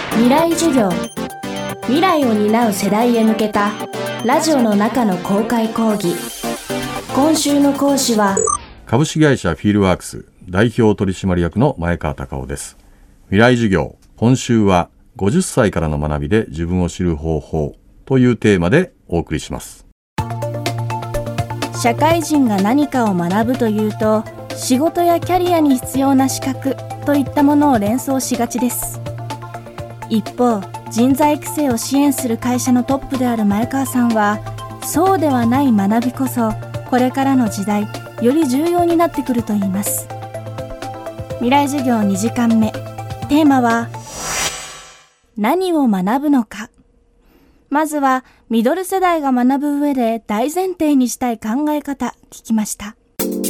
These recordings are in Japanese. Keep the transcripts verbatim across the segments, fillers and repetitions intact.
未来授業。未来を担う世代へ向けたラジオの中の公開講義。今週の講師は株式会社フィールワークス代表取締役の前川隆夫です。未来授業、今週はごじゅっさいからの学びで自分を知る方法というテーマでお送りします。 社会人が何かを学ぶというと、仕事やキャリアに必要な資格といったものを連想しがちです。一方、人材育成を支援する会社のトップである前川さんは、そうではない学びこそこれからの時代より重要になってくるといいます。未来授業にじかんめ、テーマは何を学ぶのか。まずはミドル世代が学ぶ上で大前提にしたい考え方、聞きました。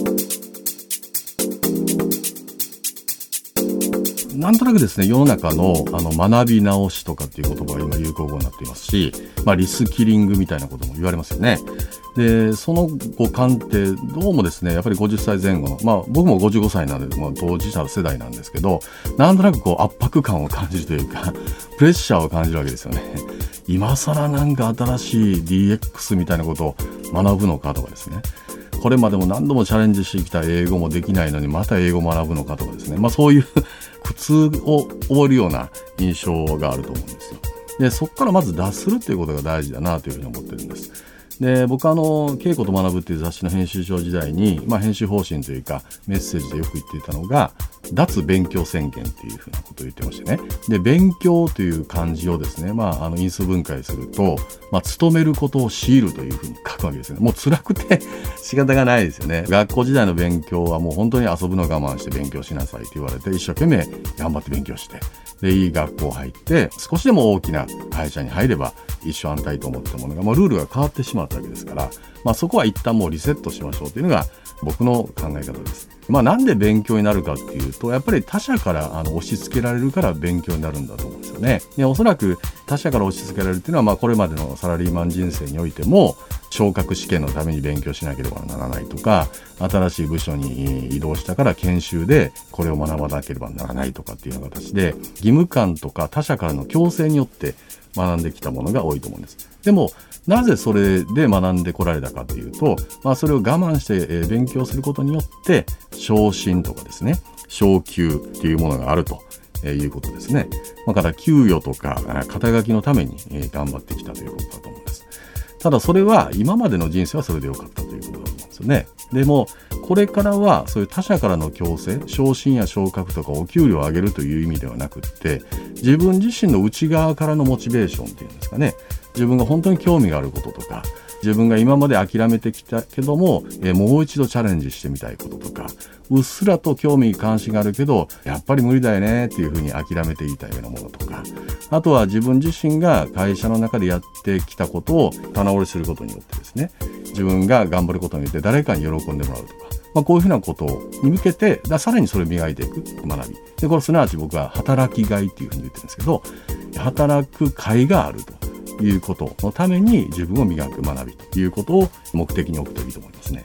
なんとなくですね、世の中の、あの学び直しとかっていう言葉が今流行語になっていますし、まあ、リスキリングみたいなことも言われますよね。で、その五感ってどうもですね、やっぱりごじゅっさいぜん後の、まあ僕もごじゅうごさいなんで、まあ、当事者世代なんですけど、なんとなくこう圧迫感を感じるというか、プレッシャーを感じるわけですよね。今更なんか新しい ディーエックス みたいなことを学ぶのかとかですね。これまでも何度もチャレンジしてきた英語もできないのにまた英語を学ぶのかとかですね。まあそういう苦痛を覚えるような印象があると思うんですよ。で、そこからまず脱するということが大事だなというふうに思ってるんです。で、僕はあの稽古と学ぶっていう雑誌の編集長時代に、まあ、編集方針というかメッセージでよく言っていたのが、脱勉強宣言っていうふうなことを言ってましてね。で、勉強という漢字をですね、まあ、あの因数分解すると、まあ、勤めることを強いるというふうに書くわけですよね。もう辛くて仕方がないですよね。学校時代の勉強はもう本当に遊ぶの我慢して勉強しなさいって言われて、一生懸命頑張って勉強して、で、いい学校入って、少しでも大きな会社に入れば一生安泰と思ったものが、まあ、ルールが変わってしまったわけですから、まあ、そこは一旦もうリセットしましょうというのが僕の考え方です。まあ、なんで勉強になるかっていうと、やっぱり他者からあの押し付けられるから勉強になるんだと思うんですよね。で、おそらく他者から押し付けられるっていうのは、まあ、これまでのサラリーマン人生においても、昇格試験のために勉強しなければならないとか、新しい部署に移動したから研修でこれを学ばなければならないとかっていうような形で、義務感とか他者からの強制によって学んできたものが多いと思うんです。でも、なぜそれで学んでこられたかというと、まあ、それを我慢して、えー、勉強することによって昇進とかですね、昇給っていうものがあると、えー、いうことですね。まあ、から給与とか肩書きのために、えー、頑張ってきたということだと思うんです。ただそれは今までの人生はそれでよかったということだと思うんですよね。でもこれからはそういう他者からの強制、昇進や昇格とかお給料を上げるという意味ではなくって、自分自身の内側からのモチベーションっていうんですかね、自分が本当に興味があることとか、自分が今まで諦めてきたけども、えー、もう一度チャレンジしてみたいこととか、うっすらと興味関心があるけどやっぱり無理だよねっていうふうに諦めていたようなものとか、あとは自分自身が会社の中でやってきたことを棚卸しすることによってですね、自分が頑張ることによって誰かに喜んでもらうとか、まあ、こういうふうなことに向けてださらにそれを磨いていく学びで、これすなわち僕は働きがいっていうふうに言ってるんですけど、働く甲斐があるということのために自分を磨く学びということを目的に置くといいと思いますね。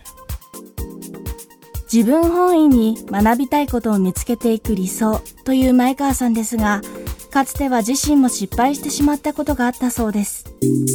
自分本位に学びたいことを見つけていく理想という前川さんですが、かつては自身も失敗してしまったことがあったそうです。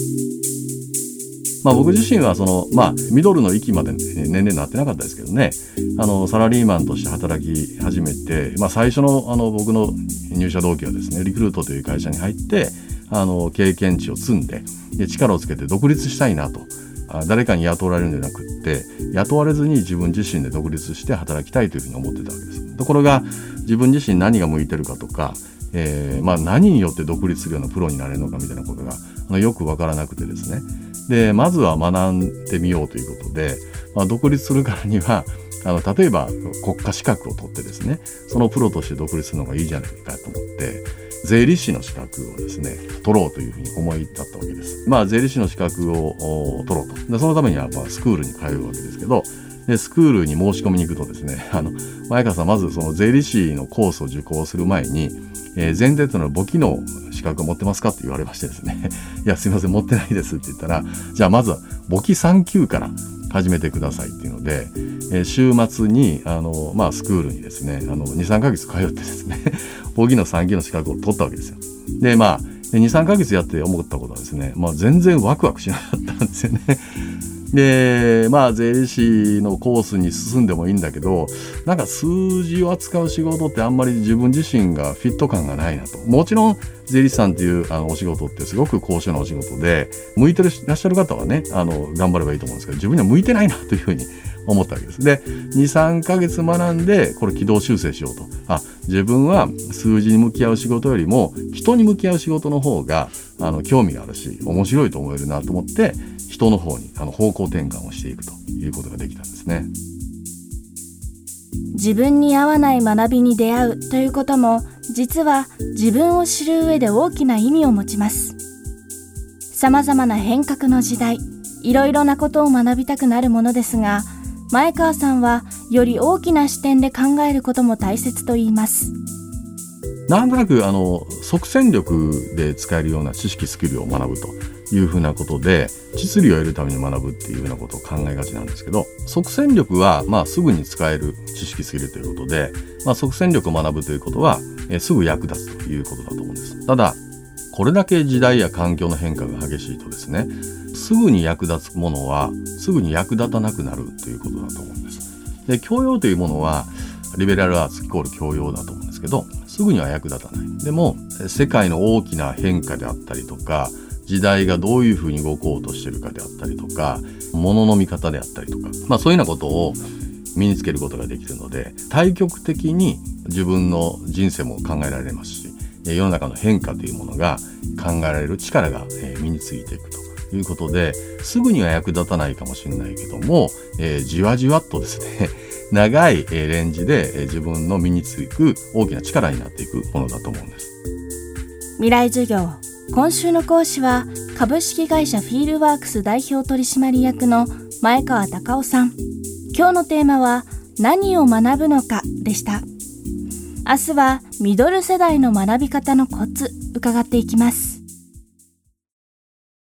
まあ、僕自身はその、まあ、ミドルの域まで年齢になってなかったですけどね、あのサラリーマンとして働き始めて、まあ、最初の、あの僕の入社動機はですね、リクルートという会社に入ってあの経験値を積んで、で力をつけて独立したいなと、誰かに雇われるんじゃなくって雇われずに自分自身で独立して働きたいというふうに思ってたわけです。ところが自分自身何が向いてるかとか、えーまあ、何によって独立するようなプロになれるのかみたいなことがあのよく分からなくてですね、でまずは学んでみようということで、まあ、独立するからにはあの例えば国家資格を取ってですね、そのプロとして独立するのがいいじゃないかと思って税理士の資格をですね取ろうというふうに思い立ったわけです。まあ税理士の資格を取ろうと。でそのためにはまあスクールに通うわけですけど、でスクールに申し込みに行くとですね、あの前川さんまずその税理士のコースを受講する前に、えー、前提となる簿記の資格を持ってますかって言われましてですねいやすいません持ってないですって言ったら、じゃあまずは簿記さん級から始めてくださいっていうので、えー、週末にあの、まあ、スクールにですねあの にさんかげつ通ってですね簿記のさんきの資格を取ったわけですよ。でまあにさんかげつやって思ったことはですね、まあ、全然ワクワクしなかったんですよね。でまあ税理士のコースに進んでもいいんだけど、なんか数字を扱う仕事ってあんまり自分自身がフィット感がないなと。もちろん税理士さんっていうあのお仕事ってすごく高尚なお仕事で、向いてらっしゃる方はねあの頑張ればいいと思うんですけど、自分には向いてないなというふうに思ったわけです。でにさんかげつ学んでこれ軌道修正しようと。あ自分は数字に向き合う仕事よりも人に向き合う仕事の方があの興味があるし面白いと思えるなと思って、人の方にあの方向転換をしていくということができたんですね。 自分に合わない学びに出会うということも、実は自分を知る上で大きな意味を持ちます。さまざまな変革の時代、いろいろなことを学びたくなるものですが、前川さんはより大きな視点で考えることも大切と言います。 なんとなくあの即戦力で使えるような知識スキルを学ぶというふうなことで、実利を得るために学ぶっていうふうなことを考えがちなんですけど、即戦力はまあすぐに使える知識スキルということで、まあ、即戦力を学ぶということはえすぐ役立つということだと思うんです。ただこれだけ時代や環境の変化が激しいとですね、すぐに役立つものはすぐに役立たなくなるということだと思うんです。で教養というものはリベラルアーツイコール教養だと思うんですけど、すぐには役立たない。でも世界の大きな変化であったりとか、時代がどういうふうに動こうとしているかであったりとか、物の見方であったりとか、まあ、そういうようなことを身につけることができるので、対極的に自分の人生も考えられますし、世の中の変化というものが考えられる力が身についていくということで、すぐには役立たないかもしれないけども、えー、じわじわっとですね長いレンジで自分の身につく大きな力になっていくものだと思うんです。 未来授業、今週の講師は株式会社フィールワークス代表取締役の前川隆夫さん。今日のテーマは何を学ぶのかでした。明日はミドル世代の学び方のコツ伺っていきます。